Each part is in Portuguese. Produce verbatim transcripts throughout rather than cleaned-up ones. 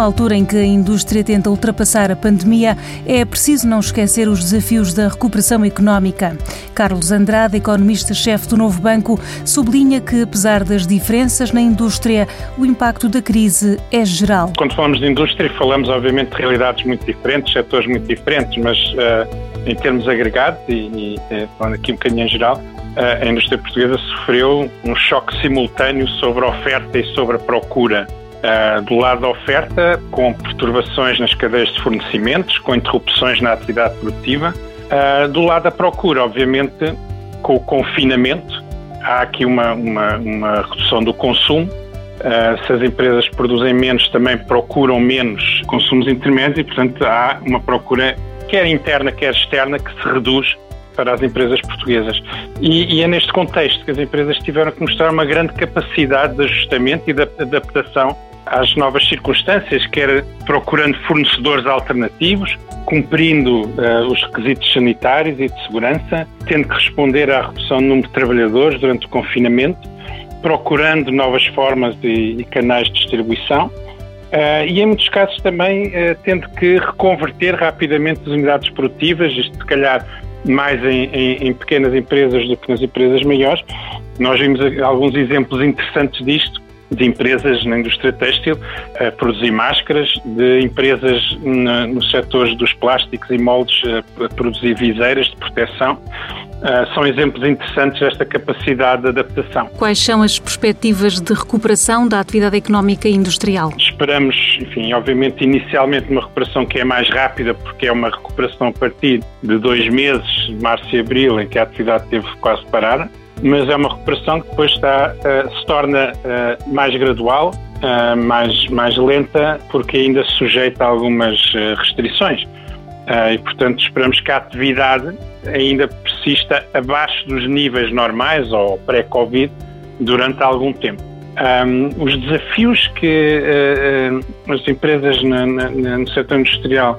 Numa altura em que a indústria tenta ultrapassar a pandemia, é preciso não esquecer os desafios da recuperação económica. Carlos Andrade, economista-chefe do Novo Banco, sublinha que, apesar das diferenças na indústria, o impacto da crise é geral. Quando falamos de indústria, falamos obviamente de realidades muito diferentes, setores muito diferentes, mas uh, em termos agregados, e, e falando aqui um bocadinho em geral, uh, a indústria portuguesa sofreu um choque simultâneo sobre a oferta e sobre a procura. Uh, do lado da oferta, com perturbações nas cadeias de fornecimentos, com interrupções na atividade produtiva. Uh, do lado da procura, obviamente, com o confinamento, há aqui uma, uma, uma redução do consumo. Uh, se as empresas produzem menos, também procuram menos consumos intermédios e, portanto, há uma procura, quer interna, quer externa, que se reduz para as empresas portuguesas. E, e é neste contexto que as empresas tiveram que mostrar uma grande capacidade de ajustamento e de adaptação às novas circunstâncias, quer procurando fornecedores alternativos, cumprindo uh, os requisitos sanitários e de segurança, tendo que responder à redução do número de trabalhadores durante o confinamento, procurando novas formas de, e canais de distribuição uh, e, em muitos casos, também uh, tendo que reconverter rapidamente as unidades produtivas, isto se calhar mais em, em, em pequenas empresas do que nas empresas maiores. Nós vimos alguns exemplos interessantes disto, de empresas na indústria têxtil a produzir máscaras, de empresas na, nos setores dos plásticos e moldes a produzir viseiras de proteção. Uh, são exemplos interessantes desta capacidade de adaptação. Quais são as perspectivas de recuperação da atividade económica e industrial? Esperamos, enfim, obviamente, inicialmente uma recuperação que é mais rápida, porque é uma recuperação a partir de dois meses, março e abril, em que a atividade esteve quase parada, mas é uma recuperação que depois está, uh, se torna uh, mais gradual, uh, mais, mais lenta, porque ainda sujeita a algumas uh, restrições. Uh, e, portanto, esperamos que a atividade ainda persista abaixo dos níveis normais ou pré-Covid durante algum tempo. Um, os desafios que uh, uh, as empresas na, na, no setor industrial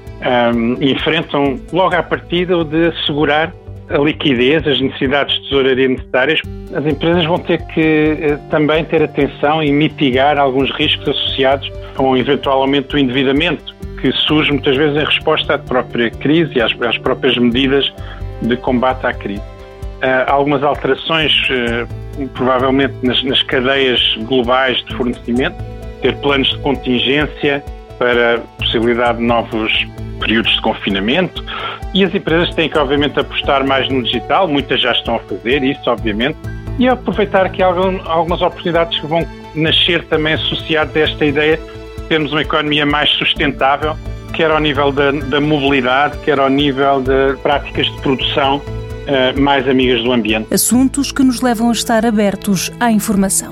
um, enfrentam logo à partida, o de assegurar a liquidez, as necessidades de tesouraria necessárias. As empresas vão ter que uh, também ter atenção e mitigar alguns riscos associados com eventual aumento do endividamento, que surge muitas vezes em resposta à própria crise e às, às próprias medidas de combate à crise. Uh, algumas alterações, uh, provavelmente nas, nas cadeias globais de fornecimento, ter planos de contingência para a possibilidade de novos períodos de confinamento, e as empresas têm que, obviamente, apostar mais no digital, muitas já estão a fazer isso, obviamente, e aproveitar aqui algum, algumas oportunidades que vão nascer também associadas a esta ideia de termos uma economia mais sustentável, quer ao nível da, da mobilidade, quer ao nível de práticas de produção uh, mais amigas do ambiente. Assuntos que nos levam a estar abertos à informação.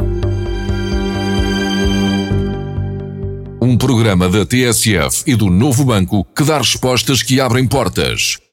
Um programa da T S F e do Novo Banco que dá respostas que abrem portas.